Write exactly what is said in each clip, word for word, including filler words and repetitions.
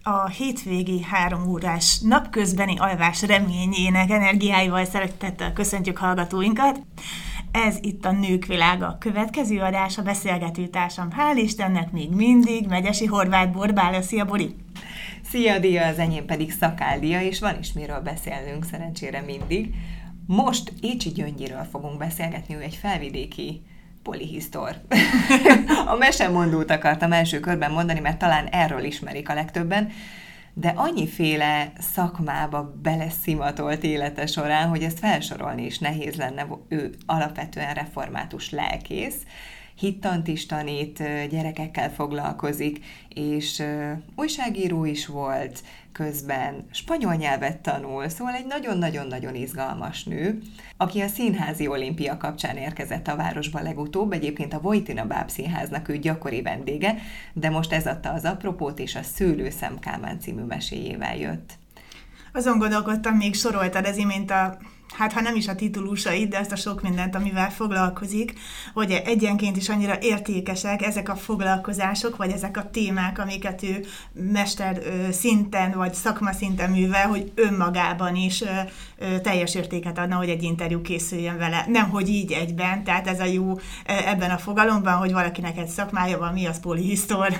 A hétvégi három órás napközbeni alvás reményének energiáival szeretettel köszöntjük hallgatóinkat. Ez itt a Nők Világa. A következő adás a beszélgetőtársam. Hál' Istennek még mindig Megyesi Horváth Borbála. Szia, Bori! Szia, Dia, az enyém pedig Szakál Dia, és van is miről beszélnünk, szerencsére mindig. Most Écsi Gyöngyiről fogunk beszélgetni, ő egy felvidéki polihisztor. A mesemondót akartam első körben mondani, mert talán erről ismerik a legtöbben, de annyiféle szakmába beleszimatolt élete során, hogy ezt felsorolni is nehéz lenne. Ő alapvetően református lelkész, hittant is tanít, gyerekekkel foglalkozik, és újságíró is volt, közben spanyol nyelvet tanul, szóval egy nagyon-nagyon-nagyon izgalmas nő, aki a Színházi Olimpia kapcsán érkezett a városba legutóbb, egyébként a Vojtina Bábszínháznak ő gyakori vendége, de most ez adta az apropót, és a Szőlőszem Kálmán című meséjével jött. Azon gondolkodtam, még soroltad ez imént a, hát ha nem is a titulusait, de ezt a sok mindent, amivel foglalkozik, hogy egyenként is annyira értékesek ezek a foglalkozások, vagy ezek a témák, amiket ő mester szinten, vagy szakma szinten művel, hogy önmagában is teljes értéket adna, hogy egy interjú készüljön vele. Nem, hogy így egyben, tehát ez a jó ebben a fogalomban, hogy valakinek egy szakmája van, mi az polihisztor.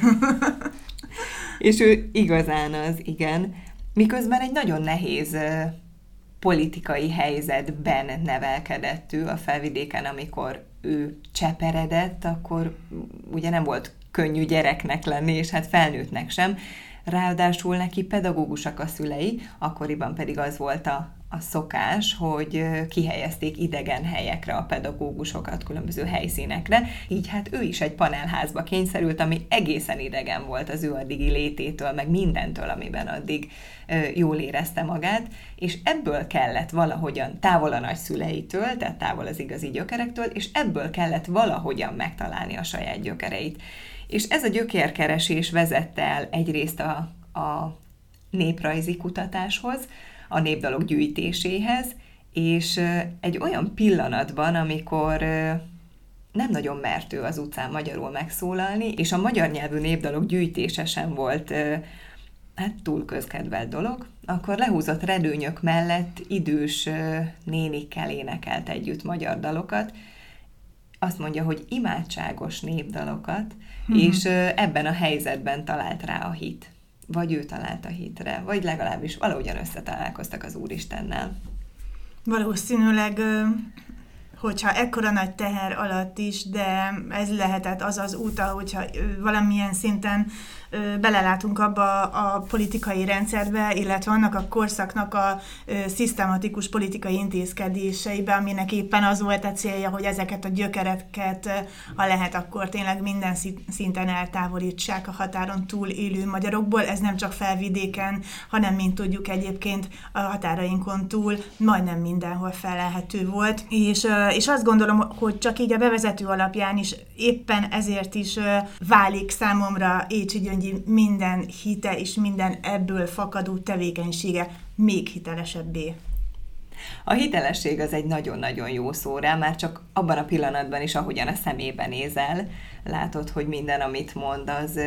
És ő igazán az, igen. Miközben egy nagyon nehéz politikai helyzetben nevelkedett ő a Felvidéken, amikor ő cseperedett, akkor ugye nem volt könnyű gyereknek lenni, és hát felnőttnek sem. Ráadásul neki pedagógusak a szülei, akkoriban pedig az volt a, a szokás, hogy kihelyezték idegen helyekre a pedagógusokat, különböző helyszínekre, így hát ő is egy panelházba kényszerült, ami egészen idegen volt az ő addigi lététől, meg mindentől, amiben addig jól érezte magát, és ebből kellett valahogyan távol a nagyszüleitől, tehát távol az igazi gyökerektől, és ebből kellett valahogyan megtalálni a saját gyökereit. És ez a gyökérkeresés vezette el egyrészt a, a néprajzi kutatáshoz, a népdalok gyűjtéséhez, és egy olyan pillanatban, amikor nem nagyon mert ő az utcán magyarul megszólalni, és a magyar nyelvű népdalok gyűjtése sem volt hát túl közkedvelt dolog, akkor lehúzott redőnyök mellett idős nénikkel énekelt együtt magyar dalokat. Azt mondja, hogy imádságos népdalokat, mm-hmm. és ebben a helyzetben talált rá a hit. Vagy ő talált a hitre, vagy legalábbis valahogyan összetalálkoztak az Úristennel. Valószínűleg, hogyha ekkora nagy teher alatt is, de ez lehetett az az út, hogyha valamilyen szinten belelátunk abba a politikai rendszerbe, illetve annak a korszaknak a szisztematikus politikai intézkedéseibe, aminek éppen az volt a célja, hogy ezeket a gyökereket, ha lehet, akkor tényleg minden szinten eltávolítsák a határon túl élő magyarokból. Ez nem csak Felvidéken, hanem, mint tudjuk, egyébként a határainkon túl majdnem mindenhol felelhető volt. És, és azt gondolom, hogy csak így a bevezető alapján is éppen ezért is válik számomra Écsi Gyöngyi minden hite és minden ebből fakadó tevékenysége még hitelesebbé. A hitelesség az egy nagyon-nagyon jó szó rá, már csak abban a pillanatban is, ahogyan a szemébe nézel, látod, hogy minden, amit mond, az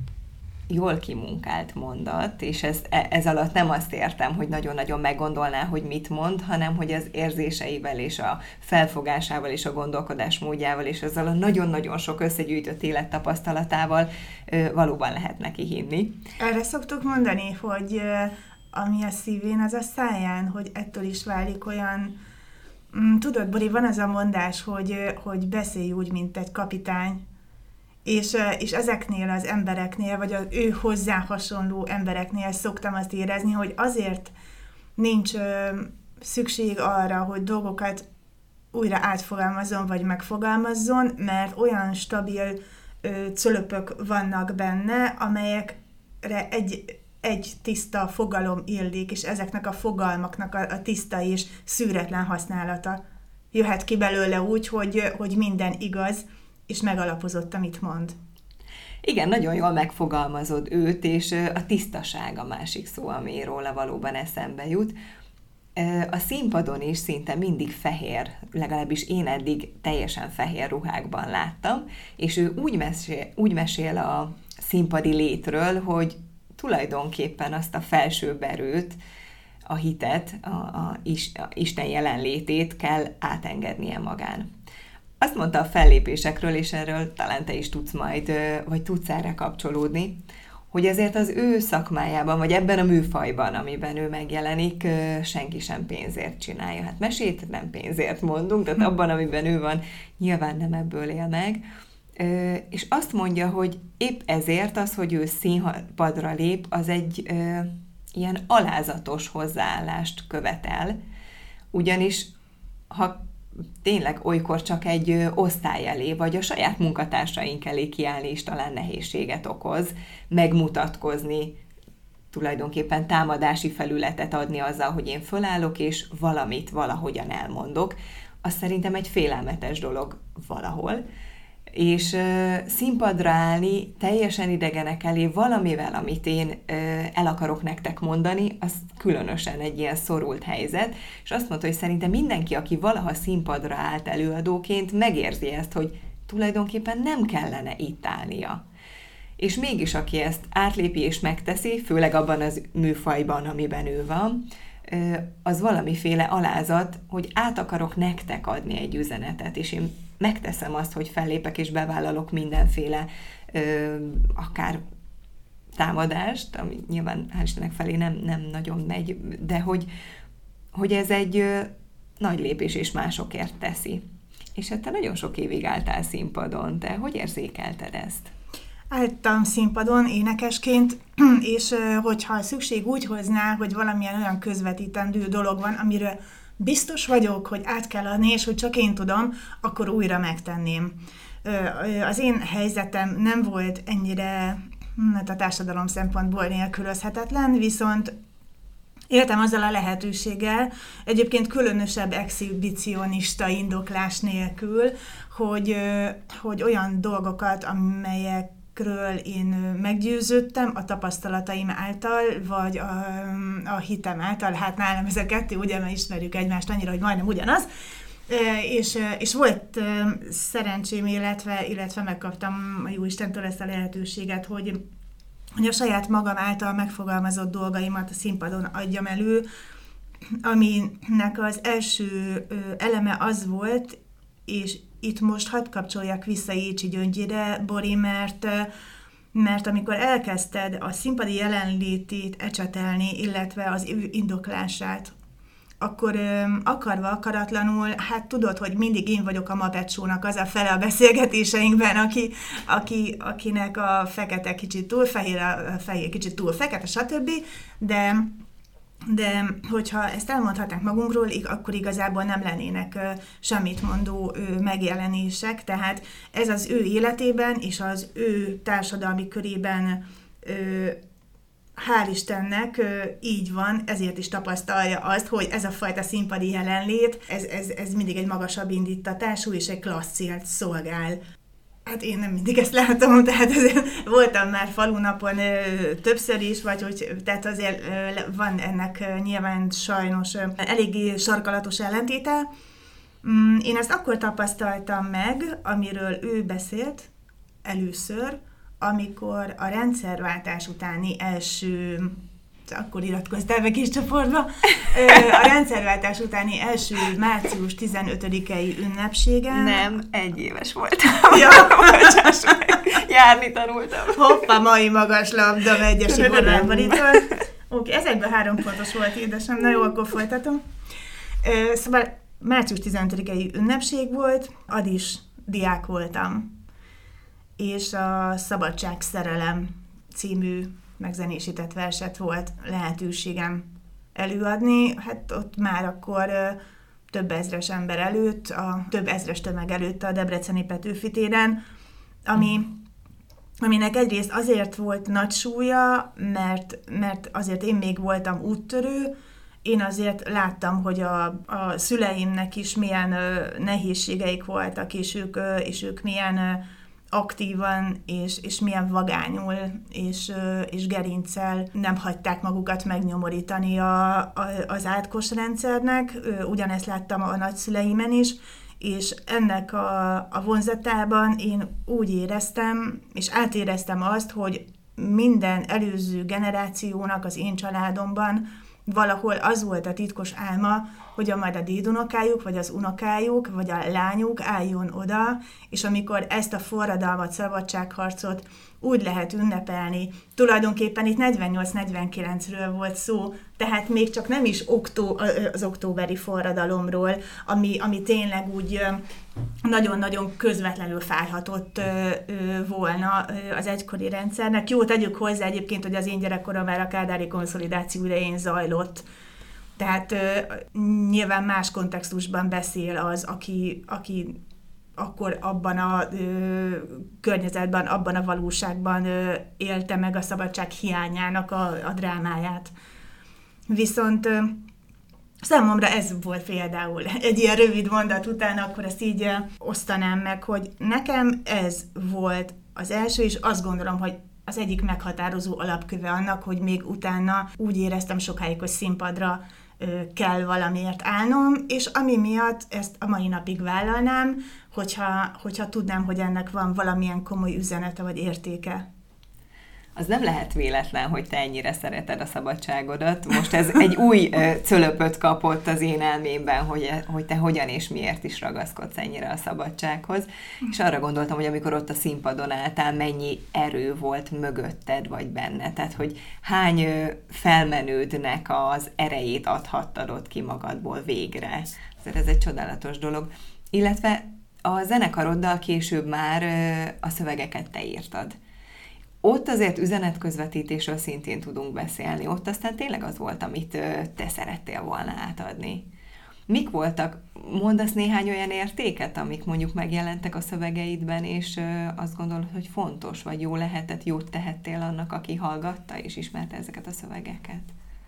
jól kimunkált mondat, és ez, ez alatt nem azt értem, hogy nagyon-nagyon meggondolná, hogy mit mond, hanem hogy az érzéseivel és a felfogásával és a gondolkodásmódjával és azzal a nagyon-nagyon sok összegyűjtött élettapasztalatával valóban lehet neki hinni. Erre szoktuk mondani, hogy ami a szívén, az a száján, hogy ettől is válik olyan... Tudod, Bori, van az a mondás, hogy, hogy beszélj úgy, mint egy kapitány, És, és ezeknél az embereknél, vagy az ő hozzá hasonló embereknél szoktam azt érezni, hogy azért nincs ö, szükség arra, hogy dolgokat újra átfogalmazzon, vagy megfogalmazzon, mert olyan stabil ö, cölöpök vannak benne, amelyekre egy, egy tiszta fogalom illik, és ezeknek a fogalmaknak a, a tiszta és szűretlen használata jöhet ki belőle úgy, hogy, hogy minden igaz, és megalapozott, amit mond. Igen, nagyon jól megfogalmazod őt, és a tisztaság a másik szó, ami róla valóban eszembe jut. A színpadon is szinte mindig fehér, legalábbis én eddig teljesen fehér ruhákban láttam, és ő úgy mesél, úgy mesél a színpadi létről, hogy tulajdonképpen azt a felsőbb erőt, a hitet, a, a, a Isten jelenlétét kell átengednie magán. Azt mondta a fellépésekről, és erről talán te is tudsz majd, vagy tudsz erre kapcsolódni, hogy ezért az ő szakmájában, vagy ebben a műfajban, amiben ő megjelenik, senki sem pénzért csinálja. Hát mesét nem pénzért mondunk, tehát abban, amiben ő van, nyilván nem ebből él meg. És azt mondja, hogy épp ezért az, hogy ő színpadra lép, az egy ilyen alázatos hozzáállást követel, ugyanis ha tényleg olykor csak egy osztály elé, vagy a saját munkatársaink elé kiállni is talán nehézséget okoz, megmutatkozni, tulajdonképpen támadási felületet adni azzal, hogy én fölállok, és valamit valahogyan elmondok. Az szerintem egy félelmetes dolog valahol. És uh, színpadra állni, teljesen idegenek elé valamivel, amit én uh, el akarok nektek mondani, az különösen egy ilyen szorult helyzet, és azt mondta, hogy szerintem mindenki, aki valaha színpadra állt előadóként, megérzi ezt, hogy tulajdonképpen nem kellene itt állnia. És mégis, aki ezt átlépi és megteszi, főleg abban az műfajban, amiben ő van, uh, az valamiféle alázat, hogy át akarok nektek adni egy üzenetet, és én megteszem azt, hogy fellépek és bevállalok mindenféle ö, akár támadást, ami nyilván hál' Istennek felé nem, nem nagyon megy, de hogy, hogy ez egy ö, nagy lépés és másokért teszi. És hát te nagyon sok évig álltál színpadon, te hogy érzékelted ezt? Álltam színpadon énekesként, és hogyha szükség úgy hozná, hogy valamilyen olyan közvetítendő dolog van, amiről biztos vagyok, hogy át kell adni, és hogy csak én tudom, akkor újra megtenném. Az én helyzetem nem volt ennyire a társadalom szempontból nélkülözhetetlen, viszont éltem azzal a lehetőséggel, egyébként különösebb exhibicionista indoklás nélkül, hogy, hogy olyan dolgokat, amelyek ről én meggyőződtem a tapasztalataim által, vagy a, a hitem által, hát nálam ez a kettő, ugye, mert ismerjük egymást annyira, hogy majdnem ugyanaz, és, és volt szerencsém, illetve, illetve megkaptam a Jóistentől ezt a lehetőséget, hogy, hogy a saját magam által megfogalmazott dolgaimat a színpadon adjam elő, aminek az első eleme az volt, és itt most hadd kapcsoljak vissza Jécsi Gyöngyire, Bori, mert, mert amikor elkezdted a színpadi jelenlétét ecsetelni, illetve az ő indoklását, akkor akarva, akaratlanul, hát tudod, hogy mindig én vagyok a Muppet Show-nak az a fele a beszélgetéseinkben, aki, aki, akinek a fekete kicsit túl fehér, a fehér kicsit túl fekete, stb., de... de hogyha ezt elmondhatnánk magunkról, akkor igazából nem lennének semmit mondó megjelenések, tehát ez az ő életében és az ő társadalmi körében, hál' Istennek így van, ezért is tapasztalja azt, hogy ez a fajta színpadi jelenlét, ez, ez, ez mindig egy magasabb indítatású és egy klassz célt szolgál. Hát én nem mindig ezt látom, tehát azért voltam már falunapon ö, többször is, vagy hogy, tehát azért ö, van ennek ö, nyilván sajnos ö, eléggé sarkalatos ellentéte. Mm, én ezt akkor tapasztaltam meg, amiről ő beszélt először, amikor a rendszerváltás utáni első, akkor iratkoztál be kis csoportba, a rendszerváltás utáni első március tizenötödikei ünnepségen. Nem, egy éves voltam. Ja. Bocsáss meg, járni tanultam. Hoppá, mai magas labda, egyesi borlámbarítól. Oké, ez egyben három pontos volt, édesem, na jó, akkor folytatom. Szóval március tizenötödikei ünnepség volt, ad is diák voltam. És a Szabadság szerelem című megzenésített verset volt lehetőségem előadni. Hát ott már akkor ö, több ezres ember előtt, a több ezres tömeg előtt a Debreceni Petőfi téren, ami, aminek egyrészt azért volt nagy súlya, mert, mert azért én még voltam úttörő, én azért láttam, hogy a, a szüleimnek is milyen ö, nehézségeik voltak, és ők, ö, és ők milyen ö, aktívan és, és milyen vagányul és, és gerinccel nem hagyták magukat megnyomorítani a, a, az átkos rendszernek. Ugyanezt láttam a nagyszüleimen is, és ennek a, a vonzatában én úgy éreztem, és átéreztem azt, hogy minden előző generációnak az én családomban valahol az volt a titkos álma, hogy a majd a dédunokájuk, vagy az unokájuk, vagy a lányuk álljon oda, és amikor ezt a forradalmat, szabadságharcot úgy lehet ünnepelni. Tulajdonképpen itt negyvennyolc-negyvenkilencről volt szó, tehát még csak nem is októ, az októberi forradalomról, ami, ami tényleg úgy nagyon-nagyon közvetlenül fájhatott volna az egykori rendszernek. Jó, tegyük hozzá egyébként, hogy az én gyerekkorom már a kádári konszolidáció idején zajlott, tehát nyilván más kontextusban beszél az, aki, aki akkor abban a ö, környezetben, abban a valóságban ö, élte meg a szabadság hiányának a, a drámáját. Viszont ö, számomra ez volt például egy ilyen rövid mondat után, akkor ezt így ö, osztanám meg, hogy nekem ez volt az első, és azt gondolom, hogy az egyik meghatározó alapköve annak, hogy még utána úgy éreztem sokáig, hogy színpadra kell valamiért állnom, és ami miatt ezt a mai napig vállalnám, hogyha, hogyha tudnám, hogy ennek van valamilyen komoly üzenete vagy értéke. Az nem lehet véletlen, hogy te ennyire szereted a szabadságodat. Most ez egy új cölöpöt kapott az én elmémben, hogy, hogy te hogyan és miért is ragaszkodsz ennyire a szabadsághoz. És arra gondoltam, hogy amikor ott a színpadon álltál, mennyi erő volt mögötted vagy benne. Tehát, hogy hány felmenődnek az erejét adhattad ott ki magadból végre. Ezért ez egy csodálatos dolog. Illetve a zenekaroddal később már a szövegeket te írtad. Ott azért üzenetközvetítésről szintén tudunk beszélni. Ott aztán tényleg az volt, amit te szerettél volna átadni. Mik voltak? Mondasz néhány olyan értéket, amik mondjuk megjelentek a szövegeidben, és azt gondolod, hogy fontos, vagy jó lehetett, jót tehettél annak, aki hallgatta és ismerte ezeket a szövegeket?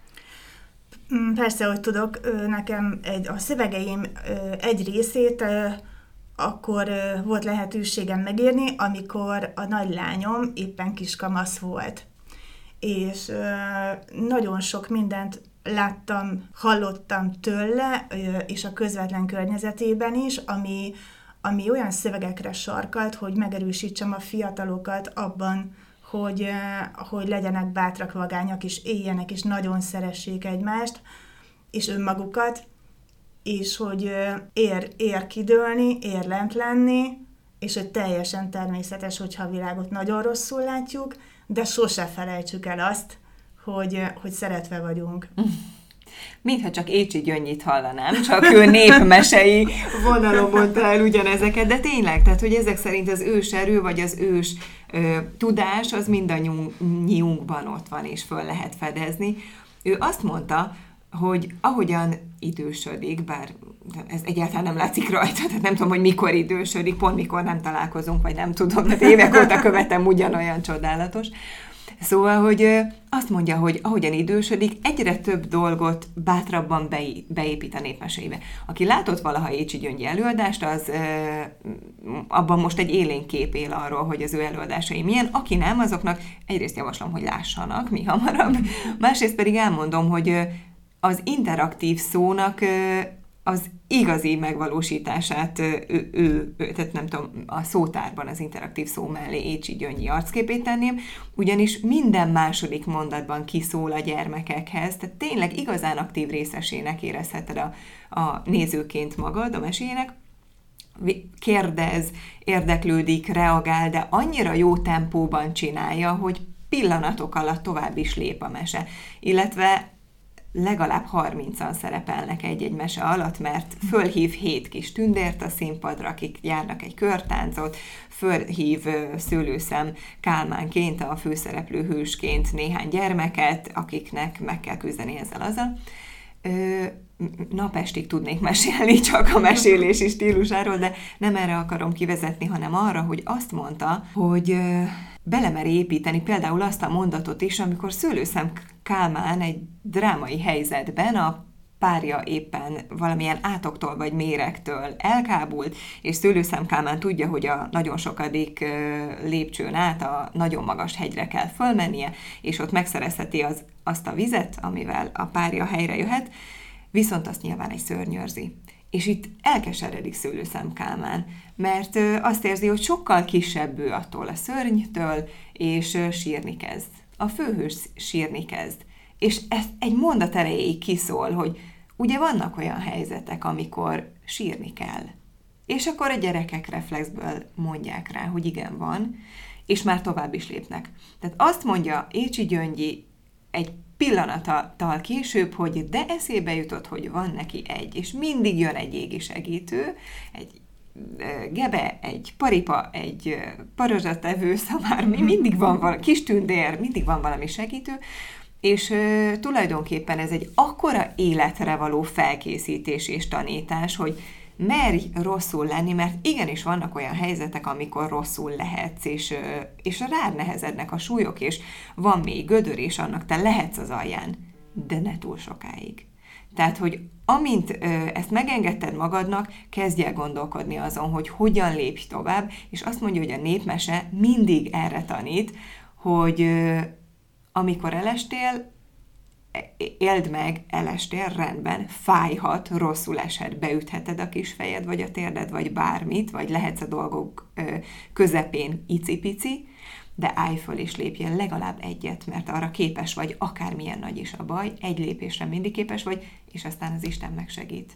Persze, hogy tudok. Nekem egy, a szövegeim egy részét akkor volt lehetőségem megírni, amikor a nagylányom éppen kiskamasz volt. És nagyon sok mindent láttam, hallottam tőle, és a közvetlen környezetében is, ami, ami olyan szövegekre sarkalt, hogy megerősítsem a fiatalokat abban, hogy, hogy legyenek bátrak, vagányak, és éljenek, és nagyon szeressék egymást, és önmagukat, és hogy ér, ér kidőlni, ér lent lenni, és hogy teljesen természetes, hogyha a világot nagyon rosszul látjuk, de sose felejtsük el azt, hogy, hogy szeretve vagyunk. Mintha csak Écsi Gyöngyit hallanám, csak ő népmesei vonalon mondta el ugyanezeket, de tényleg, tehát hogy ezek szerint az ős erő, vagy az ős ö, tudás, az mindannyiunkban ott van, és föl lehet fedezni. Ő azt mondta, hogy ahogyan idősödik, bár ez egyáltalán nem látszik rajta, tehát nem tudom, hogy mikor idősödik, pont mikor nem találkozunk, vagy nem tudom, tehát évek óta követem, ugyanolyan csodálatos. Szóval, hogy azt mondja, hogy ahogyan idősödik, egyre több dolgot bátrabban beépít a népmeséibe. Aki látott valaha Écsi Gyöngyi előadást, az abban most egy élénk kép él arról, hogy az ő előadásai milyen. Aki nem, azoknak egyrészt javaslom, hogy lássanak mi hamarabb, másrészt pedig elmondom, hogy az interaktív szónak az igazi megvalósítását ő, ő, ő, tehát nem tudom, a szótárban az interaktív szó mellé Écsi Gyöngyi arcképét tenném, ugyanis minden második mondatban kiszól a gyermekekhez, tehát tényleg igazán aktív részesének érezheted a, a nézőként magad a mesének, kérdez, érdeklődik, reagál, de annyira jó tempóban csinálja, hogy pillanatok alatt tovább is lép a mese, illetve legalább harmincan szerepelnek egy-egy mese alatt, mert fölhív hét kis tündért a színpadra, akik járnak egy körtáncot, fölhív Szőlőszem Kálmánként, a főszereplő hősként néhány gyermeket, akiknek meg kell küzdeni ezzel azzal. Napestig tudnék mesélni csak a mesélési stílusáról, de nem erre akarom kivezetni, hanem arra, hogy azt mondta, hogy belemer építeni például azt a mondatot is, amikor Szőlőszem Kálmán egy drámai helyzetben a párja éppen valamilyen átoktól vagy méregtől elkábult, és Szőlőszem Kálmán tudja, hogy a nagyon sokadik lépcsőn át a nagyon magas hegyre kell fölmennie, és ott megszerezheti az, azt a vizet, amivel a párja helyre jöhet, viszont azt nyilván egy szörny őrzi. És itt elkeseredik Szőlőszem Kálmán, mert azt érzi, hogy sokkal kisebb ő attól a szörnytől, és sírni kezd. A főhős sírni kezd. És ez egy mondat erejéig kiszól, hogy ugye vannak olyan helyzetek, amikor sírni kell. És akkor a gyerekek reflexből mondják rá, hogy igen, van, és már tovább is lépnek. Tehát azt mondja Écsi Gyöngyi egy pillanattal később, hogy de eszébe jutott, hogy van neki egy, és mindig jön egy égi segítő, egy gebe, egy paripa, egy parazsatevő, szamár, mindig van valami, kis tündér, mindig van valami segítő, és uh, tulajdonképpen ez egy akkora életre való felkészítés és tanítás, hogy merj rosszul lenni, mert igenis vannak olyan helyzetek, amikor rosszul lehetsz, és, és rád nehezednek a súlyok, és van még gödör, és annak te lehetsz az alján, de ne túl sokáig. Tehát, hogy amint ö, ezt megengedted magadnak, kezdj el gondolkodni azon, hogy hogyan lépj tovább, és azt mondja, hogy a népmese mindig erre tanít, hogy ö, amikor elestél, éld meg, elestél, rendben, fájhat, rosszul eshet, beütheted a kis fejed, vagy a térded, vagy bármit, vagy lehetsz a dolgok ö, közepén icipici, de állj föl és lépjen legalább egyet, mert arra képes vagy, akármilyen nagy is a baj, egy lépésre mindig képes vagy, és aztán az Isten megsegít.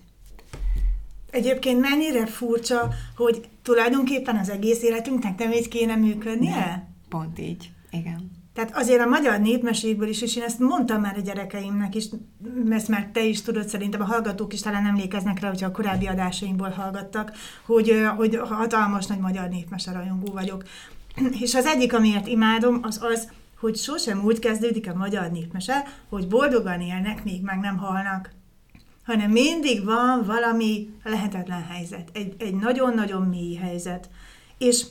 Egyébként mennyire furcsa, hogy tulajdonképpen az egész életünknek nem így kéne működnie? Nem, pont így, igen. Tehát azért a magyar népmesékből is, és én ezt mondtam már a gyerekeimnek is, ezt már te is tudod, szerintem a hallgatók is talán emlékeznek rá, hogyha a korábbi adásainkból hallgattak, hogy, hogy hatalmas nagy magyar népmese rajongó vagyok. És az egyik, amiért imádom, az az, hogy sosem úgy kezdődik a magyar népmese, hogy boldogan élnek, míg meg nem halnak, hanem mindig van valami lehetetlen helyzet, egy, egy nagyon-nagyon mély helyzet. És,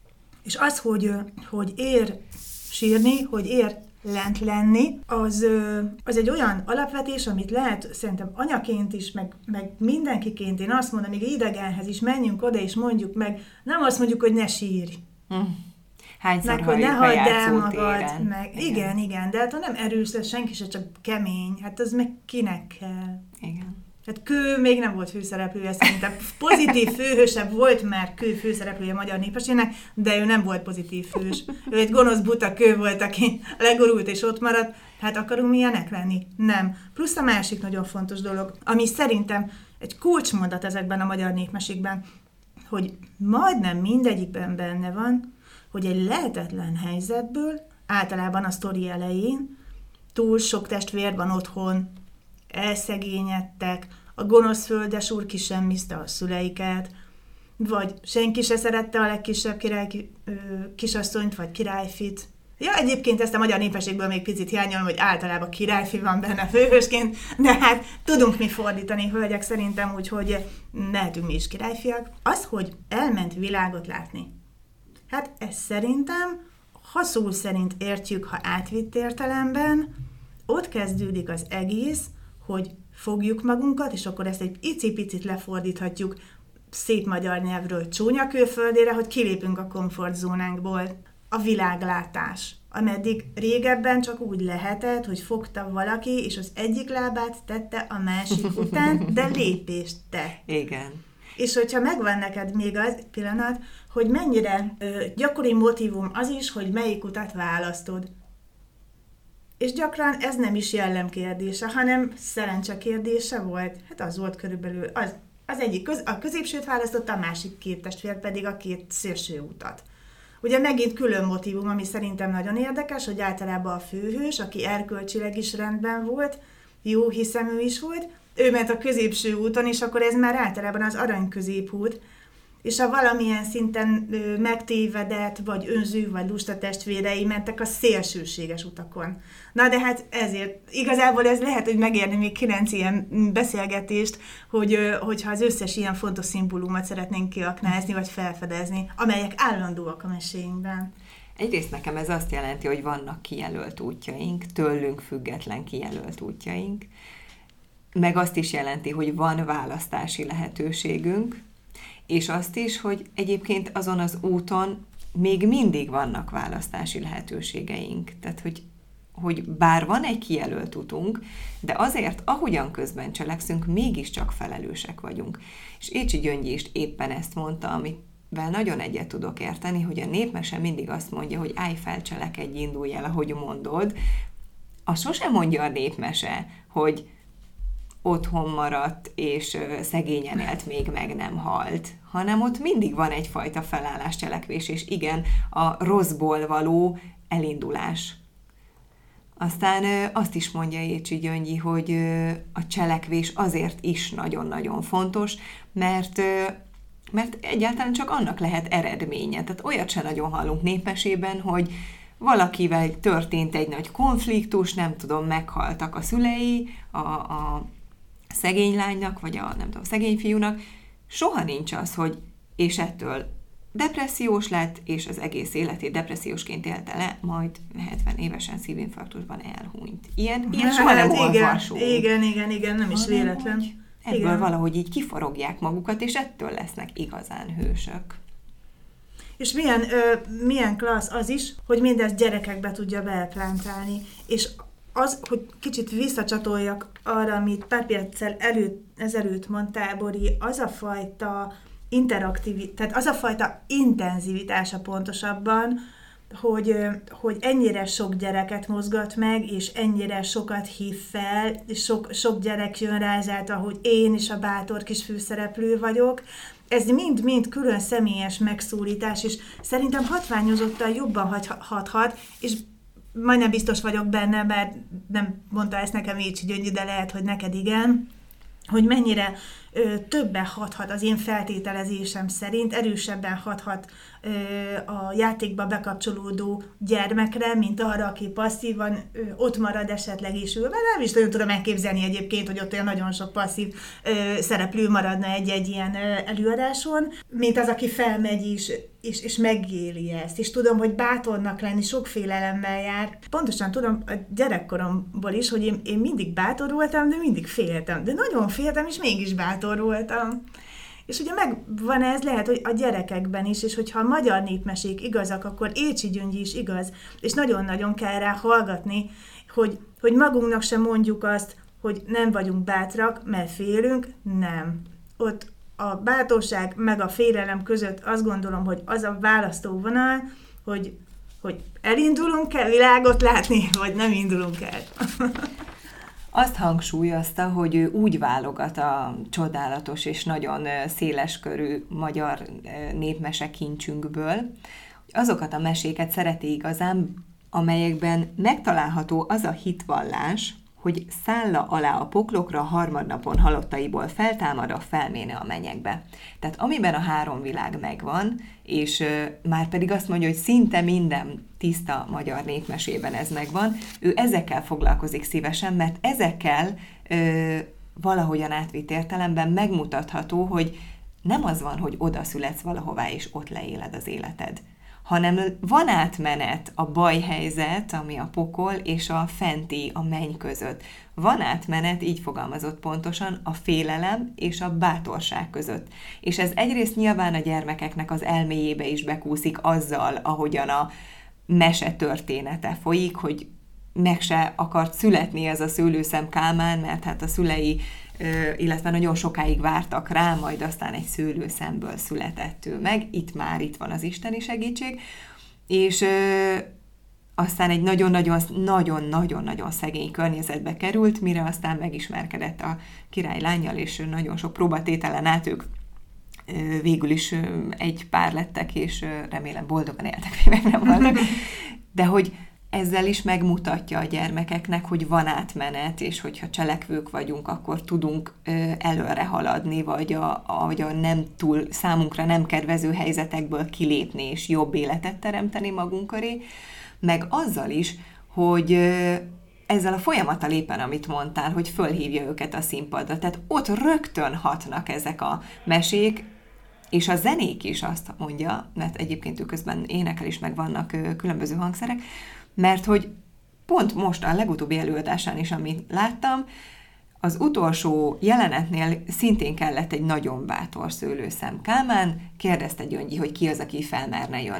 és az, hogy, hogy ér sírni, hogy ér lent lenni, az, az egy olyan alapvetés, amit lehet szerintem anyaként is, meg, meg mindenkiként, én azt mondom, még idegenhez is menjünk oda, és mondjuk meg, nem azt mondjuk, hogy ne sírj. Hm. Hányszor meg, hogy ne hagyd el magad. Téren. Meg, igen. igen, igen, de hát ha nem erős lesz, senki se csak kemény, hát az meg kinek kell. Igen. Hát Kő még nem volt főszereplője, szerintem pozitív főhőse volt már Kő főszereplője magyar népesének, de ő nem volt pozitív fős. Ő egy gonosz buta Kő volt, aki legorult és ott maradt. Hát akarunk mi ilyenek lenni? Nem. Plusz a másik nagyon fontos dolog, ami szerintem egy kulcsmondat ezekben a magyar népmesékben, hogy majdnem mindegyikben benne van, hogy egy lehetetlen helyzetből, általában a sztori elején, túl sok testvér van otthon, elszegényedtek, a gonosz földesúr kisemmizte a szüleiket, vagy senki se szerette a legkisebb király, kisasszonyt, vagy királyfit. Ja, egyébként ezt a magyar népességből még picit hiányolom, hogy általában királyfi van benne főhősként, de hát tudunk mi fordítani, hölgyek, szerintem úgy, hogy lehetünk mi is királyfiak. Az, hogy elment világot látni. Hát ez szerintem, ha szó szerint értjük, ha átvitt értelemben, ott kezdődik az egész, hogy fogjuk magunkat, és akkor ezt egy icipicit lefordíthatjuk szép magyar nyelvről csúnya külföldére, hogy kilépünk a komfortzónánkból. A világlátás, ameddig régebben csak úgy lehetett, hogy fogta valaki, és az egyik lábát tette a másik után, de lépést tett. Igen. És hogyha megvan neked még az pillanat, hogy mennyire ö, gyakori motívum az is, hogy melyik utat választod. És gyakran ez nem is jellemkérdése, hanem szerencse kérdése volt. Hát az volt körülbelül, az, az egyik köz, a középsőt választotta, a másik két testvér pedig a két szélső utat. Ugye megint külön motívum, ami szerintem nagyon érdekes, hogy általában a főhős, aki erkölcsileg is rendben volt, jó hiszemű is volt, ő ment a középső úton, és akkor ez már általában az arany középút, és ha valamilyen szinten ö, megtévedett, vagy önző, vagy lusta testvérei mentek a szélsőséges utakon. Na de hát ezért, igazából ez lehet, hogy megérni még kilenc ilyen beszélgetést, hogy, ö, hogyha az összes ilyen fontos szimbólumot szeretnénk kiaknázni, vagy felfedezni, amelyek állandóak a meséinkben. Egyrészt nekem ez azt jelenti, hogy vannak kijelölt útjaink, tőlünk független kijelölt útjaink, meg azt is jelenti, hogy van választási lehetőségünk, és azt is, hogy egyébként azon az úton még mindig vannak választási lehetőségeink. Tehát, hogy hogy bár van egy kijelölt utunk, de azért, ahogyan közben cselekszünk, mégiscsak felelősek vagyunk. És Écsi Gyöngyi is éppen ezt mondta, amivel nagyon egyet tudok érteni, hogy a népmese mindig azt mondja, hogy állj fel, cselekedj, indulj el, ahogy mondod. Azt sosem mondja a népmese, hogy otthon maradt, és szegényen élt, még meg nem halt, hanem ott mindig van egyfajta felállás, cselekvés, és igen, a rosszból való elindulás. Aztán azt is mondja Écsi Gyöngyi, hogy a cselekvés azért is nagyon-nagyon fontos, mert, mert egyáltalán csak annak lehet eredménye. Tehát olyat sem nagyon hallunk népmesében, hogy valakivel történt egy nagy konfliktus, nem tudom, meghaltak a szülei, a, a szegény lánynak, vagy a nem tudom, szegény fiúnak. Soha nincs az, hogy és ettől depressziós lett, és az egész életét depressziósként élte le, majd hetven évesen szívinfarktusban elhunyt. Ilyen, ilyen soha nem olvasunk. Igen, igen, igen, nem is véletlen. Ebből igen. valahogy így kiforogják magukat, és ettől lesznek igazán hősök. És milyen, ö, milyen klassz az is, hogy mindezt gyerekekbe tudja beleplántálni. És az, hogy kicsit visszacsatoljak arra, amit pár perccel előtt, ezelőtt mondtál, Bori, az a fajta interaktivitás, tehát az a fajta intenzivitása pontosabban, hogy, hogy ennyire sok gyereket mozgat meg, és ennyire sokat hív fel, és sok, sok gyerek jön rá ezáltal, hogy én is a bátor kis főszereplő vagyok. Ez mind-mind külön személyes megszólítás, és szerintem hatványozottan jobban hathat, és majdnem biztos vagyok benne, mert nem mondta ezt nekem Écsi Gyöngyi, de lehet, hogy neked igen, hogy mennyire ö, többen hathat az én feltételezésem szerint, erősebben hathat ö, a játékba bekapcsolódó gyermekre, mint arra, aki passzívan ö, ott marad esetleg is ül. Mert nem is nagyon tudom elképzelni egyébként, hogy ott olyan nagyon sok passzív ö, szereplő maradna egy-egy ilyen ö, előadáson, mint az, aki felmegy is, és, és megéli ezt. És tudom, hogy bátornak lenni sok félelemmel jár. Pontosan tudom a gyerekkoromból is, hogy én, én mindig bátor voltam, de mindig féltem. De nagyon féltem, és mégis bátor voltam. És ugye megvan ez, lehet, hogy a gyerekekben is, és hogyha a magyar népmesék igazak, akkor Écsi Gyöngyi is igaz. És nagyon-nagyon kell rá hallgatni, hogy, hogy magunknak sem mondjuk azt, hogy nem vagyunk bátrak, mert félünk, nem. Ott a bátorság meg a félelem között azt gondolom, hogy az a választóvonal, hogy, hogy elindulunk el világot látni, vagy nem indulunk el. Azt hangsúlyozta, hogy ő úgy válogat a csodálatos és nagyon széleskörű magyar népmese kincsünkből, hogy azokat a meséket szereti igazán, amelyekben megtalálható az a hitvallás, hogy szálla alá a poklokra, harmadnapon halottaiból feltámad, a felméne a mennyekbe. Tehát amiben a három világ megvan, és ö, már pedig azt mondja, hogy szinte minden tiszta magyar népmesében ez megvan, ő ezekkel foglalkozik szívesen, mert ezekkel ö, valahogyan átvitt értelemben megmutatható, hogy nem az van, hogy oda születsz valahová, és ott leéled az életed, hanem van átmenet a bajhelyzet, ami a pokol, és a fenti, a menny között. Van átmenet, így fogalmazott pontosan, a félelem és a bátorság között. És ez egyrészt nyilván a gyermekeknek az elméjébe is bekúszik azzal, ahogyan a mese története folyik, hogy meg se akart születni ez a szőlőszem Kálmán, mert hát a szülei, illetve nagyon sokáig vártak rá, majd aztán egy szőlőszemből született ő meg. Itt már itt van az isteni segítség. És ö, aztán egy nagyon-nagyon-nagyon-nagyon szegény környezetbe került, mire aztán megismerkedett a királylánnyal, és nagyon sok próbatételen át ők ö, végül is ö, egy pár lettek, és ö, remélem boldogan éltek, még nem vannak. De hogy ezzel is megmutatja a gyermekeknek, hogy van átmenet, és hogyha cselekvők vagyunk, akkor tudunk ö, előre haladni, vagy a, a, a nem túl, számunkra nem kedvező helyzetekből kilépni, és jobb életet teremteni magunk köré, meg azzal is, hogy ö, ezzel a folyamattal éppen, amit mondtál, hogy fölhívja őket a színpadra. Tehát ott rögtön hatnak ezek a mesék, és a zenék is azt mondja, mert egyébként ő közben énekel is, meg vannak ö, különböző hangszerek, mert hogy pont most a legutóbbi előadásán is, amit láttam, az utolsó jelenetnél szintén kellett egy nagyon bátor szőlőszem Kálmán, kérdezte Gyöngyi, hogy ki az, aki felmerne jönni.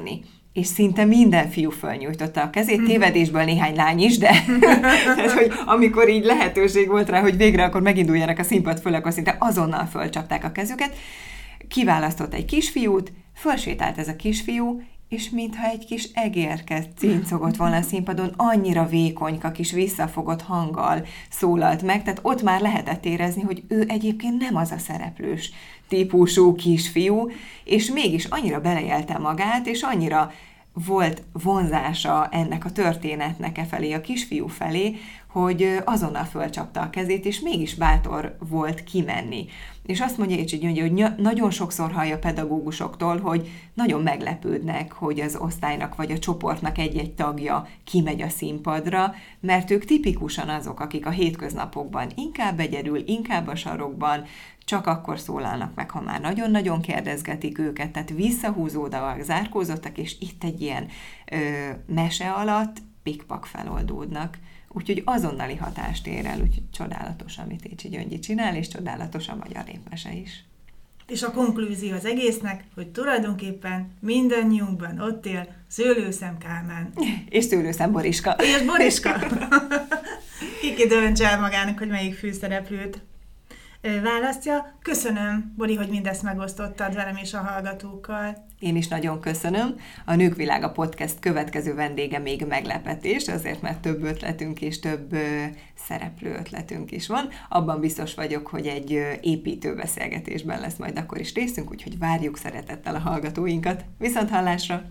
és szinte minden fiú fölnyújtotta a kezét, tévedésből néhány lány is, de tehát, hogy amikor így lehetőség volt rá, hogy végre akkor meginduljanak a színpad föl, akkor szinte azonnal fölcsapták a kezüket, kiválasztott egy kisfiút, fölsétált ez a kisfiú, és mintha egy kis egérke cincogott volna a színpadon, annyira vékonyka kis visszafogott hanggal szólalt meg, tehát ott már lehetett érezni, hogy ő egyébként nem az a szereplős típusú kisfiú, és mégis annyira beleélte magát, és annyira volt vonzása ennek a történetnek e felé, a kisfiú felé, hogy azonnal fölcsapta a kezét, és mégis bátor volt kimenni. És azt mondja Écsi Gyöngyi, hogy ny- nagyon sokszor hallja pedagógusoktól, hogy nagyon meglepődnek, hogy az osztálynak vagy a csoportnak egy-egy tagja kimegy a színpadra, mert ők tipikusan azok, akik a hétköznapokban inkább egyedül, inkább a sarokban, csak akkor szólalnak meg, ha már nagyon-nagyon kérdezgetik őket, tehát visszahúzódnak, zárkózottak, és itt egy ilyen ö, mese alatt pikpak feloldódnak. Úgyhogy azonnali hatást ér el, úgyhogy csodálatos, amit Écsi Gyöngyi csinál, és csodálatos a magyar népmese is. És a konklúzió az egésznek, hogy tulajdonképpen mindannyiunkban ott él Szőlőszem Kálmán. És Szőlőszem Boriska. És Boriska. Kiki döntse el magának, hogy melyik főszereplőt választja. Köszönöm, Bori, hogy mindezt megosztottad velem és a hallgatókkal. Én is nagyon köszönöm. A Nők Világa Podcast következő vendége még meglepetés, azért mert több ötletünk és több ö, szereplő ötletünk is van. Abban biztos vagyok, hogy egy ö, építő beszélgetésben lesz majd akkor is részünk, úgyhogy várjuk szeretettel a hallgatóinkat. Viszont hallásra!